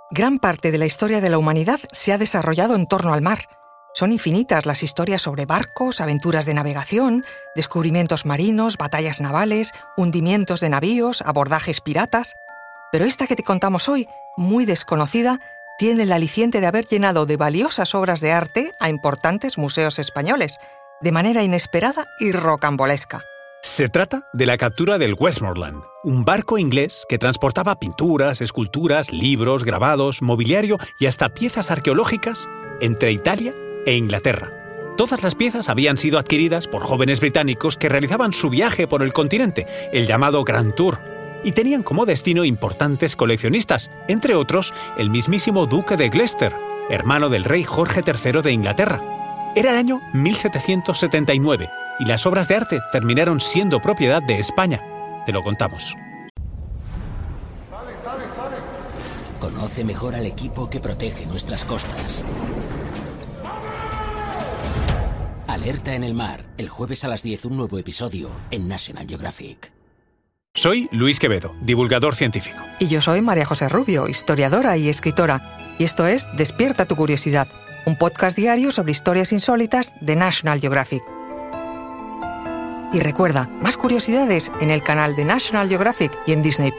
Gran parte de la historia de la humanidad se ha desarrollado en torno al mar. Son infinitas las historias sobre barcos, aventuras de navegación, descubrimientos marinos, batallas navales, hundimientos de navíos, abordajes piratas. Pero esta que te contamos hoy, muy desconocida, tiene el aliciente de haber llenado de valiosas obras de arte a importantes museos españoles, de manera inesperada y rocambolesca. Se trata de la captura del Westmoreland, un barco inglés que transportaba pinturas, esculturas, libros, grabados, mobiliario y hasta piezas arqueológicas entre Italia e Inglaterra. Todas las piezas habían sido adquiridas por jóvenes británicos que realizaban su viaje por el continente, el llamado Grand Tour, y tenían como destino importantes coleccionistas, entre otros el mismísimo duque de Gloucester, hermano del rey Jorge III de Inglaterra. Era el año 1779 y las obras de arte terminaron siendo propiedad de España. Te lo contamos. Conoce mejor al equipo que protege nuestras costas. Alerta en el mar. El jueves a las 10, un nuevo episodio en National Geographic. Soy Luis Quevedo, divulgador científico. Y yo soy María José Rubio, historiadora y escritora. Y esto es Despierta tu curiosidad, un podcast diario sobre historias insólitas de National Geographic. Y recuerda, más curiosidades en el canal de National Geographic y en Disney+.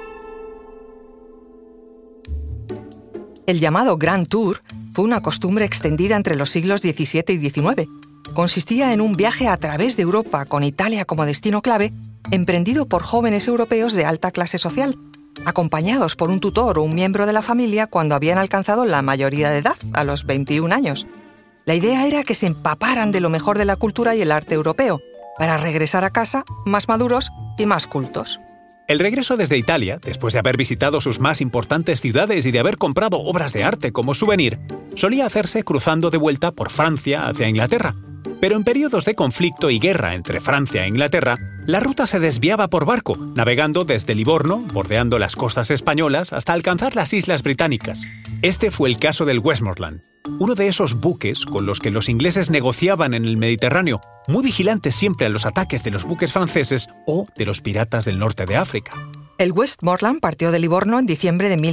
El llamado Grand Tour fue una costumbre extendida entre los siglos XVII y XIX. Consistía en un viaje a través de Europa con Italia como destino clave, emprendido por jóvenes europeos de alta clase social, acompañados por un tutor o un miembro de la familia cuando habían alcanzado la mayoría de edad, a los 21 años. La idea era que se empaparan de lo mejor de la cultura y el arte europeo, para regresar a casa más maduros y más cultos. El regreso desde Italia, después de haber visitado sus más importantes ciudades y de haber comprado obras de arte como souvenir, solía hacerse cruzando de vuelta por Francia hacia Inglaterra. Pero en periodos de conflicto y guerra entre Francia e Inglaterra, la ruta se desviaba por barco, navegando desde Livorno, bordeando las costas españolas, hasta alcanzar las islas británicas. Este fue el caso del Westmoreland, uno de esos buques con los que los ingleses negociaban en el Mediterráneo, muy vigilantes siempre a los ataques de los buques franceses o de los piratas del norte de África. El Westmoreland partió de Livorno en diciembre de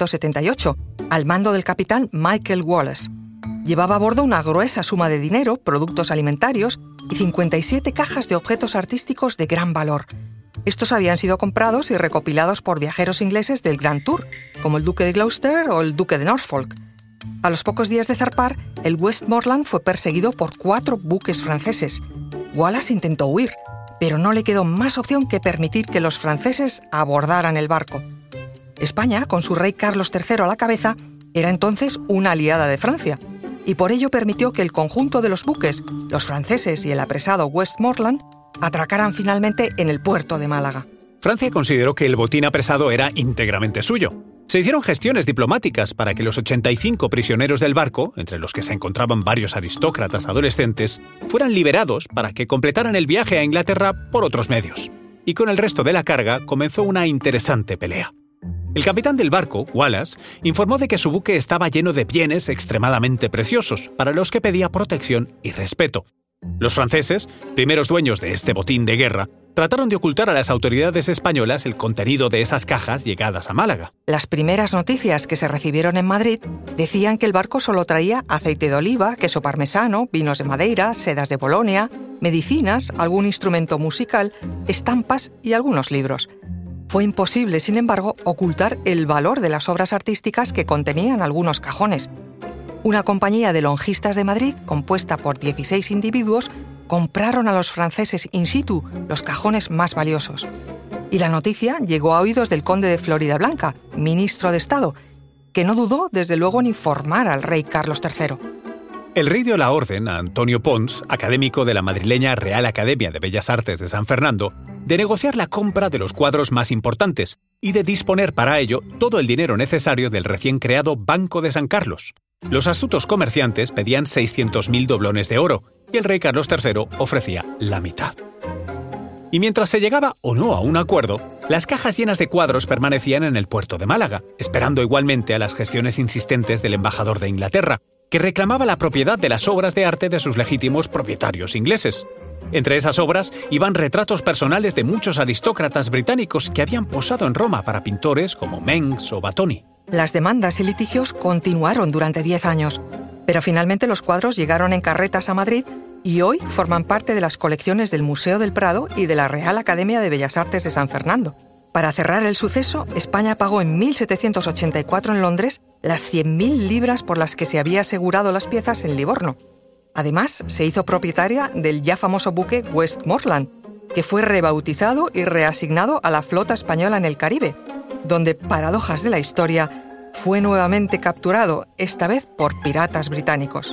1778, al mando del capitán Michael Wallace. Llevaba a bordo una gruesa suma de dinero, productos alimentarios y 57 cajas de objetos artísticos de gran valor. Estos habían sido comprados y recopilados por viajeros ingleses del Grand Tour, como el duque de Gloucester o el duque de Norfolk. A los pocos días de zarpar, el Westmoreland fue perseguido por 4 buques franceses. Wallace intentó huir, pero no le quedó más opción que permitir que los franceses abordaran el barco. España, con su rey Carlos III a la cabeza, era entonces una aliada de Francia, y por ello permitió que el conjunto de los buques, los franceses y el apresado Westmoreland, atracaran finalmente en el puerto de Málaga. Francia consideró que el botín apresado era íntegramente suyo. Se hicieron gestiones diplomáticas para que los 85 prisioneros del barco, entre los que se encontraban varios aristócratas adolescentes, fueran liberados para que completaran el viaje a Inglaterra por otros medios. Y con el resto de la carga comenzó una interesante pelea. El capitán del barco, Wallace, informó de que su buque estaba lleno de bienes extremadamente preciosos, para los que pedía protección y respeto. Los franceses, primeros dueños de este botín de guerra, trataron de ocultar a las autoridades españolas el contenido de esas cajas llegadas a Málaga. Las primeras noticias que se recibieron en Madrid decían que el barco solo traía aceite de oliva, queso parmesano, vinos de Madeira, sedas de Bolonia, medicinas, algún instrumento musical, estampas y algunos libros. Fue imposible, sin embargo, ocultar el valor de las obras artísticas que contenían algunos cajones. Una compañía de lonjistas de Madrid, compuesta por 16 individuos, compraron a los franceses in situ los cajones más valiosos. Y la noticia llegó a oídos del conde de Floridablanca, ministro de Estado, que no dudó, desde luego, en informar al rey Carlos III. El rey dio la orden a Antonio Pons, académico de la madrileña Real Academia de Bellas Artes de San Fernando, de negociar la compra de los cuadros más importantes y de disponer para ello todo el dinero necesario del recién creado Banco de San Carlos. Los astutos comerciantes pedían 600.000 doblones de oro y el rey Carlos III ofrecía la mitad. Y mientras se llegaba o no a un acuerdo, las cajas llenas de cuadros permanecían en el puerto de Málaga, esperando igualmente a las gestiones insistentes del embajador de Inglaterra, que reclamaba la propiedad de las obras de arte de sus legítimos propietarios ingleses. Entre esas obras iban retratos personales de muchos aristócratas británicos que habían posado en Roma para pintores como Mengs o Batoni. Las demandas y litigios continuaron durante 10 años, pero finalmente los cuadros llegaron en carretas a Madrid y hoy forman parte de las colecciones del Museo del Prado y de la Real Academia de Bellas Artes de San Fernando. Para cerrar el suceso, España pagó en 1784 en Londres las 100.000 libras por las que se había asegurado las piezas en Livorno. Además, se hizo propietaria del ya famoso buque Westmoreland, que fue rebautizado y reasignado a la flota española en el Caribe, donde, paradojas de la historia, fue nuevamente capturado, esta vez por piratas británicos.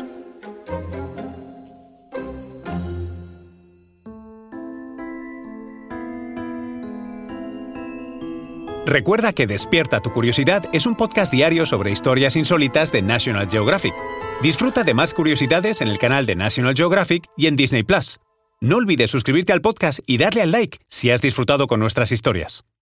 Recuerda que Despierta tu Curiosidad es un podcast diario sobre historias insólitas de National Geographic. Disfruta de más curiosidades en el canal de National Geographic y en Disney+. No olvides suscribirte al podcast y darle al like si has disfrutado con nuestras historias.